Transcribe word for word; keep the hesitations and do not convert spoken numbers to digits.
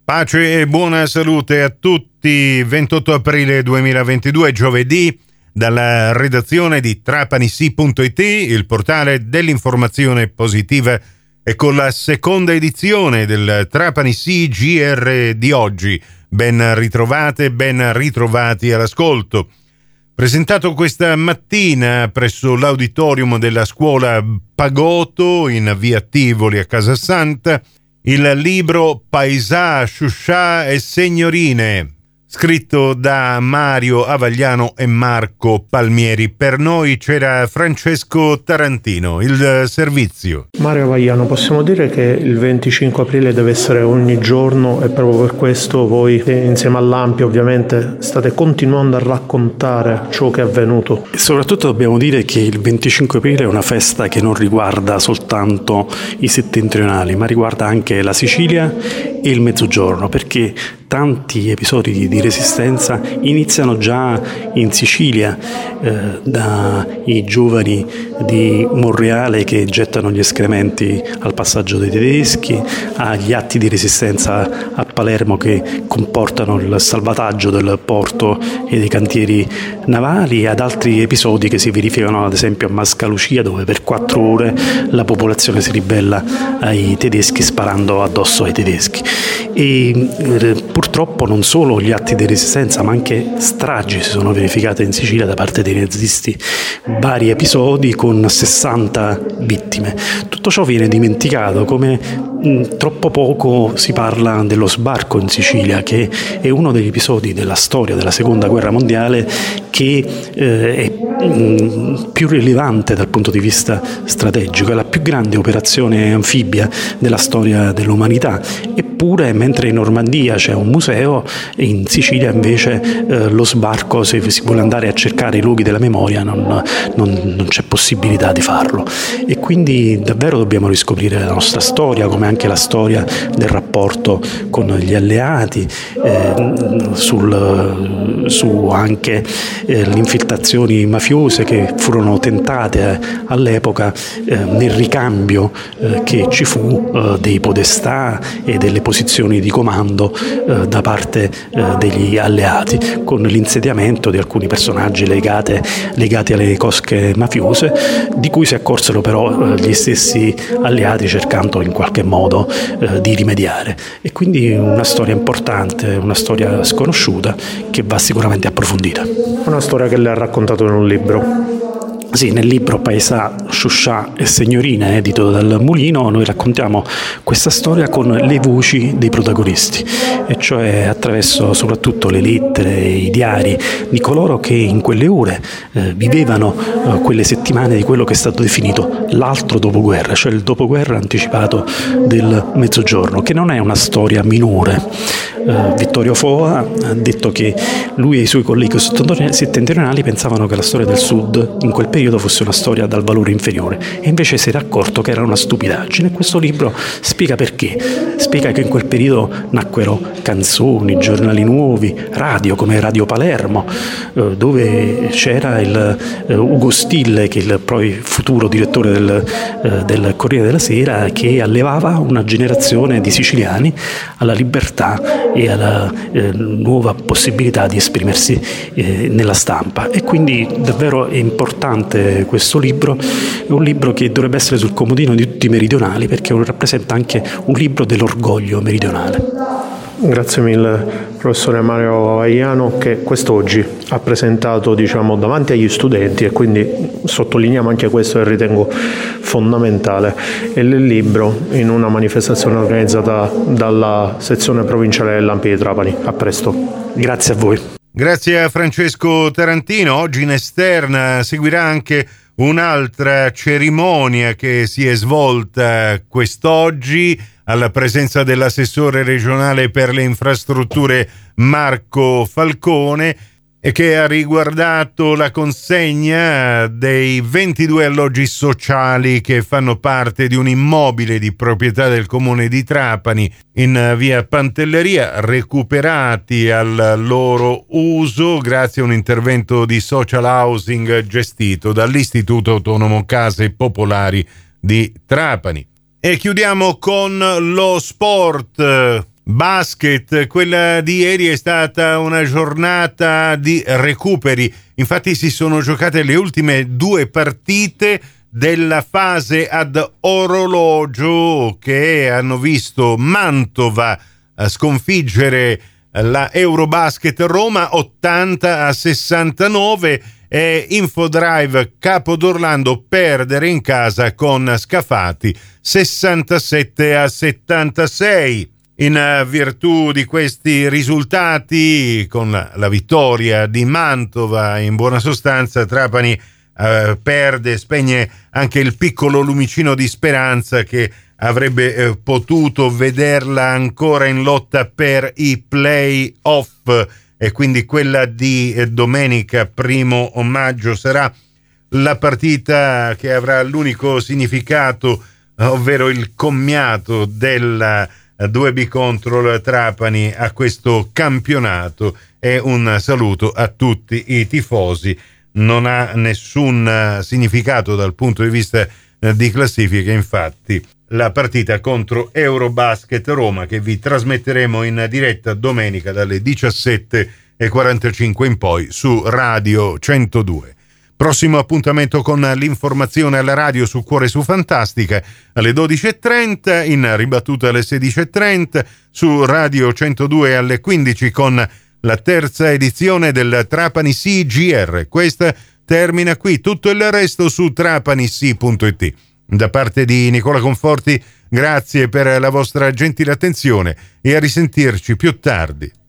Pace e buona salute a tutti. ventotto aprile duemilaventidue, giovedì, dalla redazione di Trapanisi punto it, il portale dell'informazione positiva, e con la seconda edizione del Trapanisi G R di oggi. Ben ritrovate, ben ritrovati all'ascolto. Presentato questa mattina presso l'auditorium della scuola Pagoto in via Tivoli a Casasanta il libro Paesà, Sciuscià e Signorine, scritto da Mario Avagliano e Marco Palmieri. Per noi c'era Francesco Tarantino. Il servizio. Mario Avagliano, possiamo dire che il venticinque aprile deve essere ogni giorno, e proprio per questo voi, insieme all'A M P I ovviamente, state continuando a raccontare ciò che è avvenuto. E soprattutto dobbiamo dire che il venticinque aprile è una festa che non riguarda soltanto i settentrionali, ma riguarda anche la Sicilia e il Mezzogiorno, perché tanti episodi di resistenza iniziano già in Sicilia, eh, dai giovani di Monreale che gettano gli escrementi al passaggio dei tedeschi, agli atti di resistenza a Palermo che comportano il salvataggio del porto e dei cantieri navali, ad altri episodi che si verificano ad esempio a Mascalucia, dove per quattro ore la popolazione si ribella ai tedeschi sparando addosso ai tedeschi. E eh, purtroppo non solo gli atti di resistenza, ma anche stragi si sono verificate in Sicilia da parte dei nazisti, vari episodi con sessanta vittime. Tutto ciò viene dimenticato, come mh, troppo poco si parla dello sbarco in Sicilia, che è uno degli episodi della storia della seconda guerra mondiale che eh, è mh, più rilevante dal punto di vista strategico, è la più grande operazione anfibia della storia dell'umanità. Eppure, mentre in Normandia c'è un museo, in Sicilia invece eh, lo sbarco, se si vuole andare a cercare i luoghi della memoria, non, non, non c'è possibilità di farlo. E quindi davvero dobbiamo riscoprire la nostra storia, come anche la storia del rapporto con gli alleati, eh, sul, su anche eh, le infiltrazioni mafiose che furono tentate eh, all'epoca eh, nel ricambio eh, che ci fu eh, dei podestà e delle posizioni di comando eh, da parte eh, degli alleati, con l'insediamento di alcuni personaggi legate, legati alle cosche mafiose, di cui si accorsero però eh, gli stessi alleati, cercando in qualche modo eh, di rimediare. E quindi una storia importante, una storia sconosciuta che va sicuramente approfondita. Una storia che lei ha raccontato in un libro. Sì, nel libro Paesà, Sciuscià e Signorine, edito dal Mulino, noi raccontiamo questa storia con le voci dei protagonisti, e cioè attraverso soprattutto le lettere e i diari di coloro che in quelle ore eh, vivevano eh, quelle settimane di quello che è stato definito l'altro dopoguerra, cioè il dopoguerra anticipato del Mezzogiorno, che non è una storia minore. Eh, Vittorio Foa ha detto che lui e i suoi colleghi settentrionali pensavano che la storia del Sud in quel periodo fosse una storia dal valore inferiore, e invece si era accorto che era una stupidaggine. Questo libro spiega perché, spiega che in quel periodo nacquero canzoni, giornali nuovi, radio come Radio Palermo, eh, dove c'era il eh, Ugo Stille, che è il poi futuro direttore del, eh, del Corriere della Sera, che allevava una generazione di siciliani alla libertà e alla eh, nuova possibilità di esprimersi eh, nella stampa. E quindi davvero è importante questo libro, è un libro che dovrebbe essere sul comodino di tutti i meridionali, perché rappresenta anche un libro dell'orgoglio meridionale. Grazie mille professore Mario Avagliano, che quest'oggi ha presentato, diciamo, davanti agli studenti, e quindi sottolineiamo anche questo che ritengo fondamentale, il libro in una manifestazione organizzata dalla sezione provinciale dell'A M P I di Trapani. A presto. Grazie a voi. Grazie a Francesco Tarantino. Oggi in esterna seguirà anche un'altra cerimonia che si è svolta quest'oggi alla presenza dell'assessore regionale per le infrastrutture Marco Falcone, e che ha riguardato la consegna dei ventidue alloggi sociali che fanno parte di un immobile di proprietà del comune di Trapani in via Pantelleria, recuperati al loro uso grazie a un intervento di social housing gestito dall'Istituto Autonomo Case Popolari di Trapani. E chiudiamo con lo sport. basket. Quella di ieri è stata una giornata di recuperi, infatti si sono giocate le ultime due partite della fase ad orologio che hanno visto Mantova sconfiggere la Eurobasket Roma ottanta a sessantanove e Infodrive Capodorlando perdere in casa con Scafati sessantasette a settantasei. In virtù di questi risultati, con la vittoria di Mantova, in buona sostanza Trapani eh, perde, spegne anche il piccolo lumicino di speranza che avrebbe eh, potuto vederla ancora in lotta per i play-off, e quindi quella di eh, domenica primo maggio sarà la partita che avrà l'unico significato, ovvero il commiato della due B contro il Trapani a questo campionato. E un saluto a tutti i tifosi. Non ha nessun significato dal punto di vista di classifica, infatti, la partita contro Eurobasket Roma, che vi trasmetteremo in diretta domenica dalle diciassette e quarantacinque in poi su Radio centodue. Prossimo appuntamento con l'informazione alla radio su Cuore su Fantastica alle dodici e trenta, in ribattuta alle sedici e trenta, su Radio centodue alle quindici con la terza edizione del Trapani C G R. Questa termina qui, tutto il resto su trapanissi punto it. Da parte di Nicola Conforti, grazie per la vostra gentile attenzione e a risentirci più tardi.